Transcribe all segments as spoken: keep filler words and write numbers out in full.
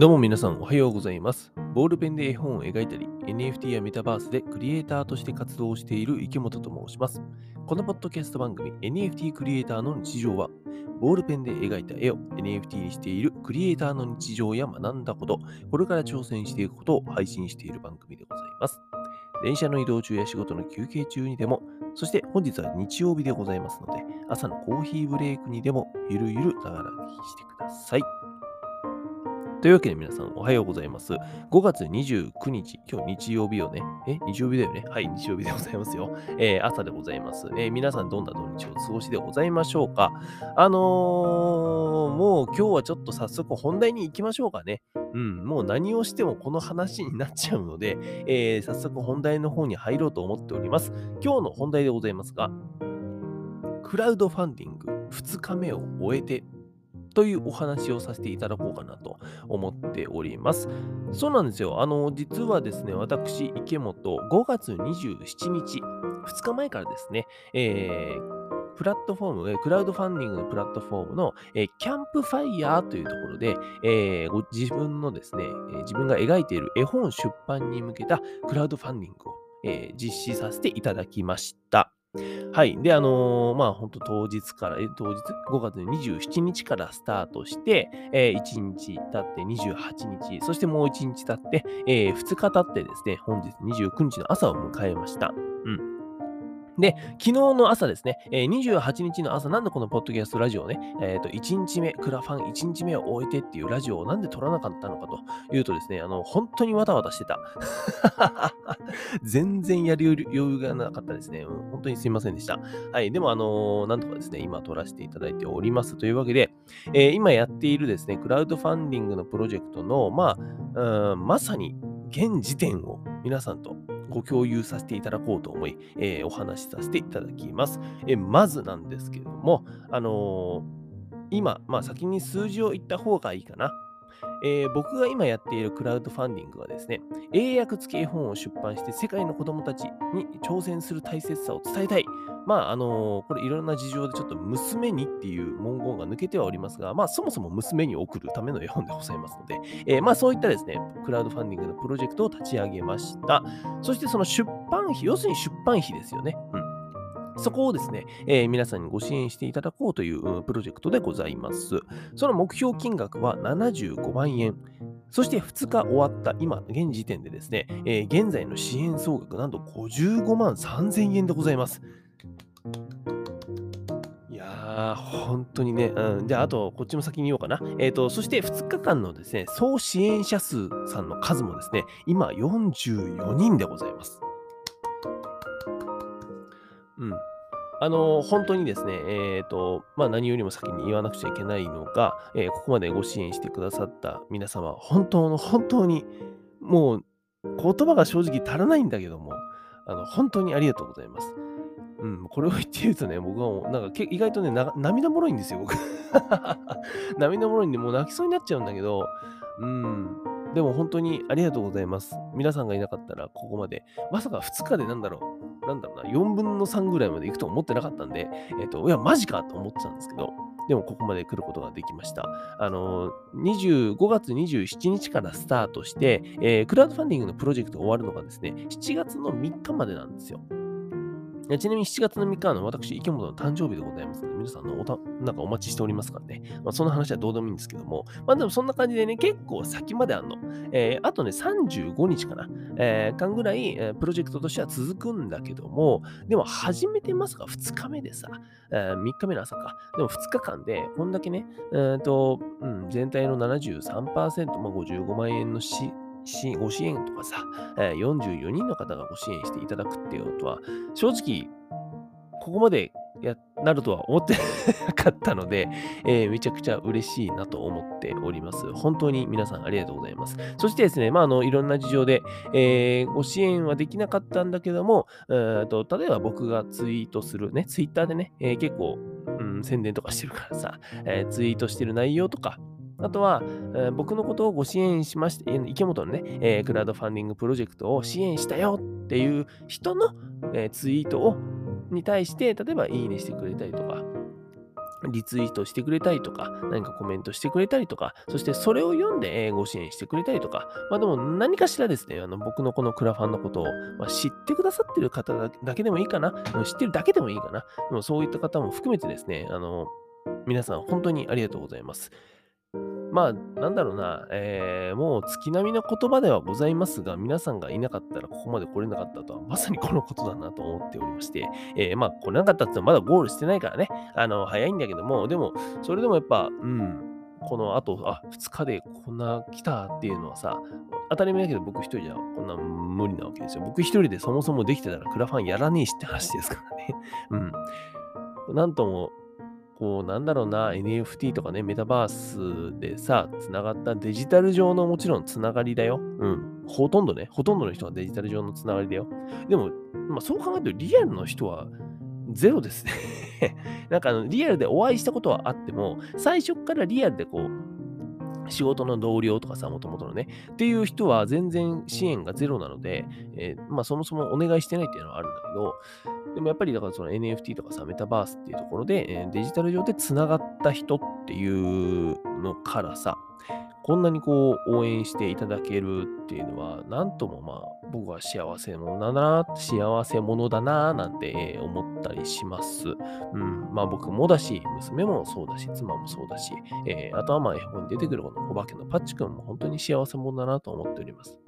どうも皆さんおはようございます。ボールペンで絵本を描いたり、エヌエフティー やメタバースでクリエイターとして活動している池本と申します。このポッドキャスト番組 エヌエフティー クリエイターの日常は、ボールペンで描いた絵を エヌエフティー にしているクリエイターの日常や学んだこと、これから挑戦していくことを配信している番組でございます。電車の移動中や仕事の休憩中にでも、そして本日は日曜日でございますので、朝のコーヒーブレイクにでもゆるゆるながら聞きしてください。というわけで皆さんおはようございます。ごがつにじゅうくにち、今日日曜日よね。え日曜日だよね。はい、日曜日でございますよ。えー朝でございます。えー皆さんどんな土日をお過ごしでございましょうか。あのーもう今日はちょっと早速本題に行きましょうかね。うん、もう何をしてもこの話になっちゃうので、えー早速本題の方に入ろうと思っております。今日の本題でございますが、クラウドファンディングふつかめを終えてというお話をさせていただこうかなと思っております。そうなんですよ。あの、実はですね、私、池本、ごがつにじゅうしちにち、ふつかまえからですね、えープラットフォーム、えークラウドファンディングのプラットフォームの、えーキャンプファイヤーというところで、えーご自分のですね、えー自分が描いている絵本出版に向けたクラウドファンディングを、えー実施させていただきました。はい。で、あのーまあ、本当当日から、え、当日、ごがつにじゅうしちにちからスタートして、えー、いちにち経ってにじゅうはちにち、そしてもういちにち経って、えー、ふつか経ってですね、本日にじゅうくにちの朝を迎えました。うん。で、昨日の朝ですね、えー、にじゅうはちにちの朝、なんでこのポッドキャストラジオをね、えっ、と、いちにちめ、クラファンいちにちめを終えてっていうラジオをなんで撮らなかったのかというとですね、あの、本当にわたわたしてた。全然やる余裕がなかったですね。うん、本当にすいませんでした。はい。でも、あのーなんとかですね、今撮らせていただいておりますというわけで、えー今やっているですね、クラウドファンディングのプロジェクトの、まあ、うん、まさに現時点を皆さんとご共有させていただこうと思い、えーお話しさせていただきます。えーまずなんですけれども、あのー今、まあ先に数字を言った方がいいかな。えー僕が今やっているクラウドファンディングはですね、英訳付き絵本を出版して世界の子供たちに挑戦する大切さを伝えたい。まあ、あのーこれいろんな事情でちょっと娘にっていう文言が抜けてはおりますが、まあ、そもそも娘に送るための絵本でございますので、えーまあ、そういったですね、クラウドファンディングのプロジェクトを立ち上げました。そしてその出版費、要するに出版費ですよね。うん。そこをですね、えー皆さんにご支援していただこうといううんプロジェクトでございます。その目標金額はななじゅうごまんえん。そしてふつか終わった今、現時点でですね、えー現在の支援総額なんとごじゅうごまんさんぜんえんでございます。いやー、本当にね、うん、じゃあ、あと、こっちも先に言おうかな。えっ、と、そしてふつかかんのですね、総支援者数さんの数もですね、今よんじゅうよにんでございます。うん。あの、本当にですね、えっと、まあ、何よりも先に言わなくちゃいけないのが、えーここまでご支援してくださった皆様、本当の本当に、もう言葉が正直足らないんだけども、あの、本当にありがとうございます。うん、これを言って言うとね、僕はもうなんかけ意外とね、な涙もろいんですよ、僕。涙もろいんで、もう泣きそうになっちゃうんだけど、うん。でも本当にありがとうございます。皆さんがいなかったら、ここまで、まさかふつかでなんだろう、なんだろうな、よんぶんのさんぐらいまで行くと思ってなかったんで、えっと、いや、マジかと思ってたんですけど、でもここまで来ることができました。あの、にじゅうごがつにじゅうしちにちからスタートして、えークラウドファンディングのプロジェクトが終わるのがですね、しちがつのみっかまでなんですよ。いやちなみにしちがつのみっかはあの私、池本の誕生日でございますので、皆さんのおたなんかお待ちしておりますからね。まあ、そんな話はどうでもいいんですけども、まあでもそんな感じでね、結構先まであんの。えーあとね、さんじゅうごにちかな、えー間ぐらい、えープロジェクトとしては続くんだけども、でも始めてますがふつかめでさ、えーみっかめの朝か。でもふつかかんで、こんだけね、えーと、うん、全体のななじゅうさんパーセント、まあ、ごじゅうごまん円のししご支援とかさ、えーよんじゅうよにんの方がご支援していただくっていうことは、正直、ここまでやなるとは思ってなかったので、えーめちゃくちゃ嬉しいなと思っております。本当に皆さんありがとうございます。そしてですね、まあ、あの、いろんな事情で、えーご支援はできなかったんだけども、えーと、例えば僕がツイートするね、ツイッターでね、えー結構、うん、宣伝とかしてるからさ、えーツイートしてる内容とか、あとは、えー僕のことをご支援しまして、えー池本のね、えークラウドファンディングプロジェクトを支援したよっていう人の、えーツイートをに対して、例えばいいねしてくれたりとか、 リツイートしてくれたりとか、何かコメントしてくれたりとか、そしてそれを読んでえーご支援してくれたりとか、まあでも何かしらですね、あの僕のこのクラファンのことを、まあ、知ってくださってる方だだけでもいいかな、うん知ってるだけでもいいかな、でもそういった方も含めてですね、あの、皆さん本当にありがとうございます。まあ、なんだろうな、えーもう月並みの言葉ではございますが、皆さんがいなかったらここまで来れなかったとは、まさにこのことだなと思っておりまして、えーまあ、来れなかったってのはまだゴールしてないからね、あの、早いんだけども、でも、それでもやっぱ、うん、このあと、あ、ふつかでこんな来たっていうのはさ、当たり前だけど僕一人じゃこんな無理なわけですよ。僕一人でそもそもできてたらクラファンやらねえしって話ですからね。うん。なんともこう、なんだろうな、エヌエフティー とかね、メタバースでさ、つながったデジタル上のもちろんつながりだよ。うん。ほとんどね、ほとんどの人がデジタル上のつながりだよ。でも、まあ、そう考えるとリアルの人はゼロですね。なんかあの、リアルでお会いしたことはあっても、最初からリアルでこう、仕事の同僚とかさ、もともとのね、っていう人は全然支援がゼロなので、えーまあそもそもお願いしてないっていうのはあるんだけど、でもやっぱりだからその エヌエフティー とかさ、メタバースっていうところで、えーデジタル上で繋がった人っていうのからさ、こんなにこう応援していただけるっていうのは、なんともまあ僕は幸せ者だな、幸せ者だな、なんてえー思ったりします。うん、まあ僕もだし、娘もそうだし、妻もそうだし、えーあとはまあ絵本に出てくるこのお化けのパッチ君も本当に幸せ者だなと思っております。うん、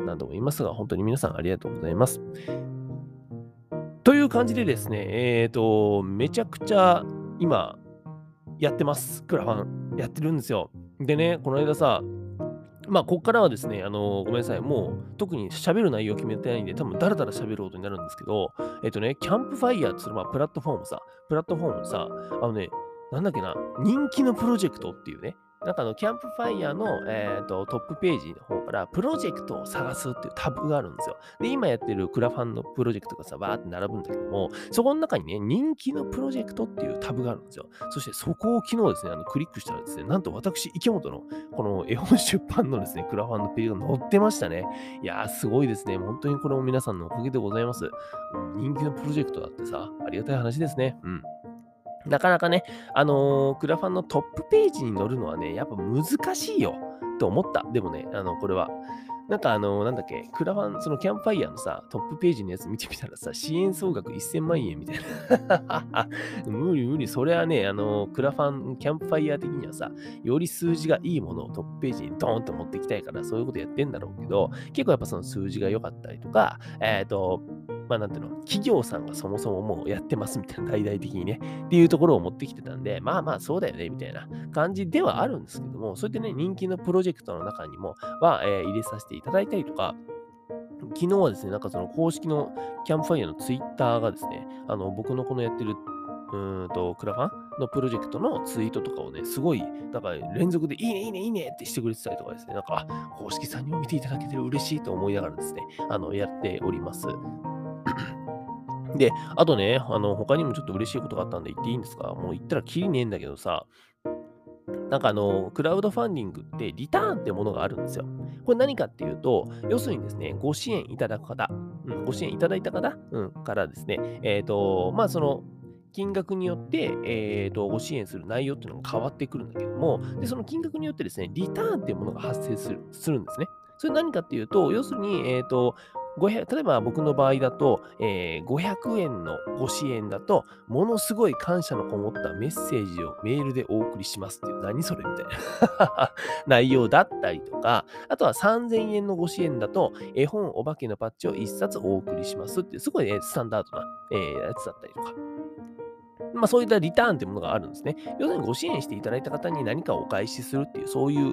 何度も言いますが、本当に皆さんありがとうございます。という感じでですね、えっと、めちゃくちゃ今やってます。クラファンやってるんですよ。でね、この間さ、まあ、こっからはですね、あの、ごめんなさい。もう、特に喋る内容決めてないんで、多分だらだら喋ることになるんですけど、えっとね、キャンプファイヤーっていう、まあ、プラットフォームさ、プラットフォームさ、あのね、なんだっけな、人気のプロジェクトっていうね、なんかあの、キャンプファイヤーの、えっと、トップページの方から、プロジェクトを探すっていうタブがあるんですよ。で、今やってるクラファンのプロジェクトがさ、バーって並ぶんだけども、そこの中にね、人気のプロジェクトっていうタブがあるんですよ。そしてそこを昨日ですね、あのクリックしたらですね、なんと私、池本のこの絵本出版のですね、クラファンのページが載ってましたね。いやー、すごいですね。本当にこれも皆さんのおかげでございます。うん、人気のプロジェクトだってさ、ありがたい話ですね。うん。なかなかね、あのークラファンのトップページに載るのはね、やっぱ難しいよと思った。でもね、あの、これは。なんかあのーなんだっけ、クラファン、そのキャンプファイヤーのさ、トップページのやつ見てみたらさ、支援総額せんまん円みたいな。無理無理、それはね、あのークラファン、キャンプファイヤー的にはさ、より数字がいいものをトップページにドーンと持ってきたいから、そういうことやってんだろうけど、結構やっぱその数字が良かったりとか、えっ、と、まあなんていうの、企業さんがそもそももうやってますみたいな、大々的にね、っていうところを持ってきてたんで、まあまあそうだよね、みたいな感じではあるんですけども、そうやってね、人気のプロジェクトの中にも、は、えー入れさせていただいたりとか、昨日はですね、なんかその公式のキャンプファイヤーのツイッターがですね、あの、僕のこのやってる、うーんと、クラファンのプロジェクトのツイートとかをね、すごい、なんか連続でいいね、いいね、いいねってしてくれてたりとかですね、なんか、あ、公式さんにも見ていただけてる嬉しいと思いながらですね、あの、やっております。で、あとね、あの、他にもちょっと嬉しいことがあったんで言っていいんですか？もう言ったらキリねえんだけどさ、なんかあの、クラウドファンディングってリターンってものがあるんですよ。これ何かっていうと、要するにですね、ご支援いただく方、うん、ご支援いただいた方、うん、からですね、えっ、と、まあその、金額によって、えーと、ご支援する内容っていうのが変わってくるんだけども、で、その金額によってですね、リターンっていうものが発生するするんですね。それ何かっていうと、要するに、えっ、と、ごひゃく例えば僕の場合だと、えーごひゃくえんのご支援だと、ものすごい感謝のこもったメッセージをメールでお送りしますっていう、何それみたいな内容だったりとか、あとはさんぜんえんのご支援だと、絵本お化けのパッチをいっさつお送りしますっていう、すごい、ね、スタンダードな、えーやつだったりとか。まあ、そういったリターンというものがあるんですね。要するにご支援していただいた方に何かをお返しするっていう、そういう、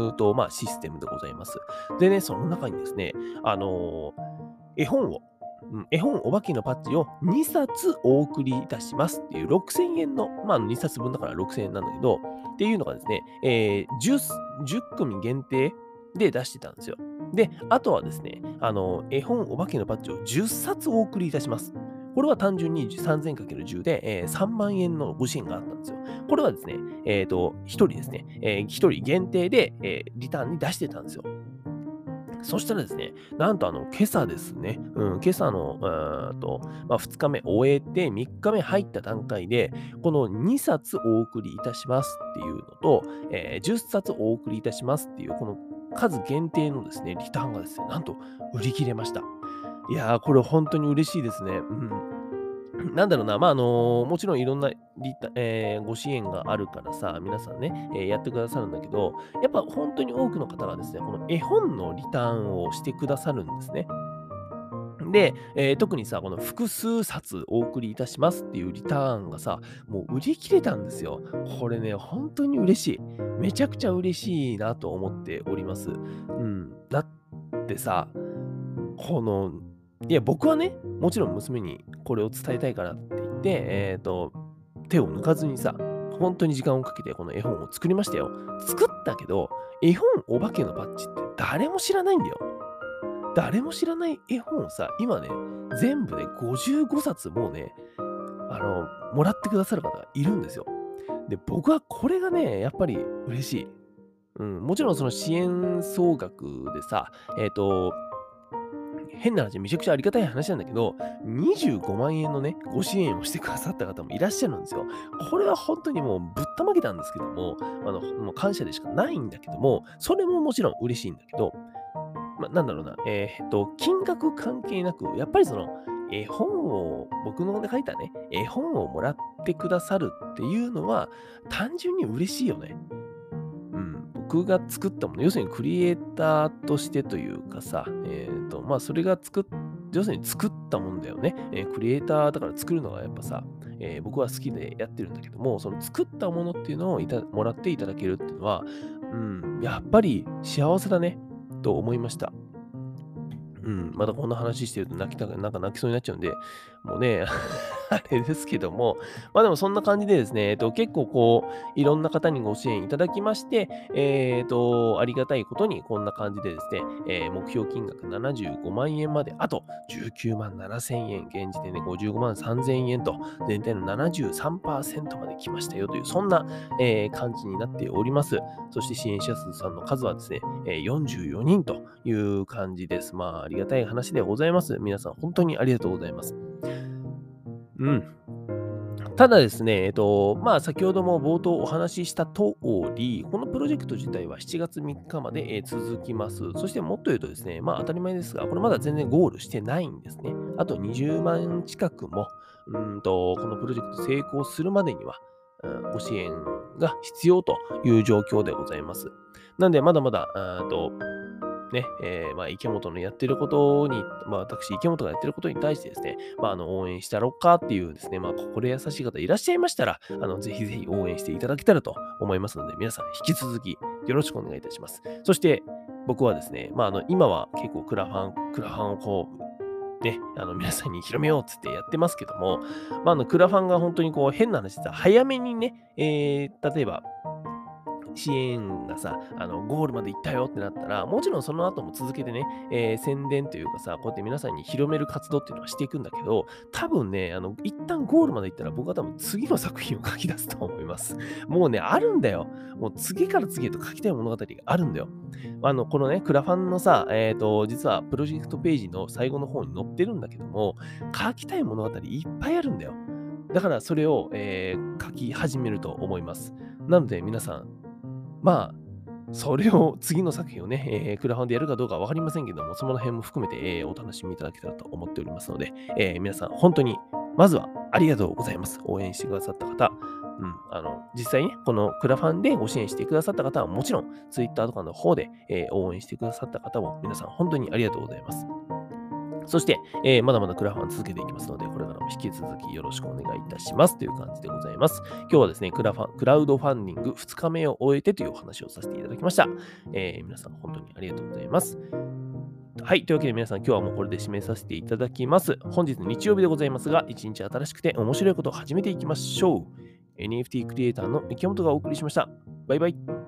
うーと、まあ、システムでございます。でね、その中にですね、あのー絵本を、うん絵本お化けのパッチをにさつお送りいたしますっていうろくせんえんの、まあにさつぶんだからろくせんえんなんだけど、っていうのがですね、えー、10, じゅっ組限定で出してたんですよ。で、あとはですね、あの、絵本お化けのパッチをじゅっさつお送りいたします。これは単純に さんぜんかけるじゅう で、えーさんまん円のご支援があったんですよ。これはですね、えっ、と、ひとりですね、えーひとり限定で、えーリターンに出してたんですよ。 そしたらですね、なんとあの、今朝ですね、うん、今朝の、うーんと、まあ、ふつかめ終えてみっかめ入った段階で、このにさつお送りいたしますっていうのと、えーじゅっさつお送りいたしますっていう、この数限定のですね、リターンがですね、なんと売り切れました。いやー、これ本当に嬉しいですね。うん。なんだろうな、まあ、あの、もちろんいろんなリタえーご支援があるからさ、皆さんね、えーやってくださるんだけど、やっぱ本当に多くの方がですね、この絵本のリターンをしてくださるんですね。で、えー特にさ、この複数冊お送りいたしますっていうリターンがさ、もう売り切れたんですよ。これね、本当に嬉しい。めちゃくちゃ嬉しいなと思っております。うん。だってさ、この、いや、僕はね、もちろん娘にこれを伝えたいからって言って、えっと、手を抜かずにさ、本当に時間をかけてこの絵本を作りましたよ。作ったけど、絵本お化けのバッジって誰も知らないんだよ。誰も知らない絵本をさ、今ね、全部でごじゅうごさつもうね、あの、もらってくださる方がいるんですよ。で、僕はこれがね、やっぱり嬉しい。うん、もちろんその支援総額でさ、えっと、変な話、めちゃくちゃありがたい話なんだけど、にじゅうごまん円のね、ご支援をしてくださった方もいらっしゃるんですよ。これは本当にもうぶったまげたんですけども、あの、もう感謝でしかないんだけども、それももちろん嬉しいんだけど、ま、なんだろうな、えーっと、金額関係なく、やっぱりその、絵本を、僕の書いたね、絵本をもらってくださるっていうのは、単純に嬉しいよね。うん、僕が作ったもの、要するにクリエイターとしてというかさ、えっと、まあ、それが作っ要するに作ったもんだよね。えークリエイターだから作るのがやっぱさ、えー僕は好きでやってるんだけども、その作ったものっていうのをいたもらっていただけるっていうのは、うん、やっぱり幸せだね、と思いました。うん、またこんな話してると泣きたくなんか泣きそうになっちゃうんで、もうね、あれですけども、ま、でもそんな感じでですね、えっと、結構こう、いろんな方にご支援いただきまして、えっと、ありがたいことにこんな感じでですね、えー目標金額ななじゅうごまん円まで、あとじゅうきゅうまんななせん円、現時点でごじゅうごまんさんぜん円と、全体のななじゅうさんパーセントまで来ましたよという、そんな、えー感じになっております。そして支援者数さんの数はですね、えーよんじゅうよにんという感じです。まあ、ありがたい話でございます。皆さん本当にありがとうございます。うん。ただですね、えっと、まあ、先ほども冒頭お話しした通り、このプロジェクト自体はしちがつみっかまで、えー続きます。そしてもっと言うとですね、まあ当たり前ですが、これまだ全然ゴールしてないんですね。あとにじゅうまん近くも、うーんと、このプロジェクト成功するまでには、うんご支援が必要という状況でございます。なんで、まだまだ、あーと、ね、えーまあ、池本のやってることに、まあ、私、池本がやってることに対してですね、まあ、あの、応援したろっかっていうですね、まあ、心優しい方いらっしゃいましたら、あの、ぜひぜひ応援していただけたらと思いますので、皆さん引き続きよろしくお願いいたします。そして、僕はですね、まあ、あの、今は結構クラファン、クラファンをこう、ね、あの、皆さんに広めようっつってやってますけども、まあ、あの、クラファンが本当にこう、変な話でさ、早めにね、えー例えば、支援がさ、あの、ゴールまで行ったよってなったら、もちろんその後も続けてね、えー宣伝というかさ、こうやって皆さんに広める活動っていうのはしていくんだけど、多分ね、あの、一旦ゴールまで行ったら僕は多分次の作品を書き出すと思います。もうね、あるんだよ。もう次から次へと書きたい物語があるんだよ。あの、このね、クラファンのさ、えっと、実はプロジェクトページの最後の方に載ってるんだけども、書きたい物語いっぱいあるんだよ。だからそれを、えー書き始めると思います。なので皆さん、まあ、それを次の作品をね、えークラファンでやるかどうかはわかりませんけども、その辺も含めて、えーお楽しみいただけたらと思っておりますので、えー皆さん本当に、まずはありがとうございます。応援してくださった方、うん、あの、実際にね、このクラファンでご支援してくださった方はもちろん、Twitter とかの方で、えー応援してくださった方も皆さん本当にありがとうございます。そして、えーまだまだクラファン続けていきますので、これからも引き続きよろしくお願いいたしますという感じでございます。今日はですね、クラファンクラウドファンディングふつかめを終えてというお話をさせていただきました。えー皆さん本当にありがとうございます。はい。というわけで皆さん今日はもうこれで締めさせていただきます。本日日曜日でございますが、一日新しくて面白いことを始めていきましょう。エヌエフティー クリエイターの池本がお送りしました。バイバイ。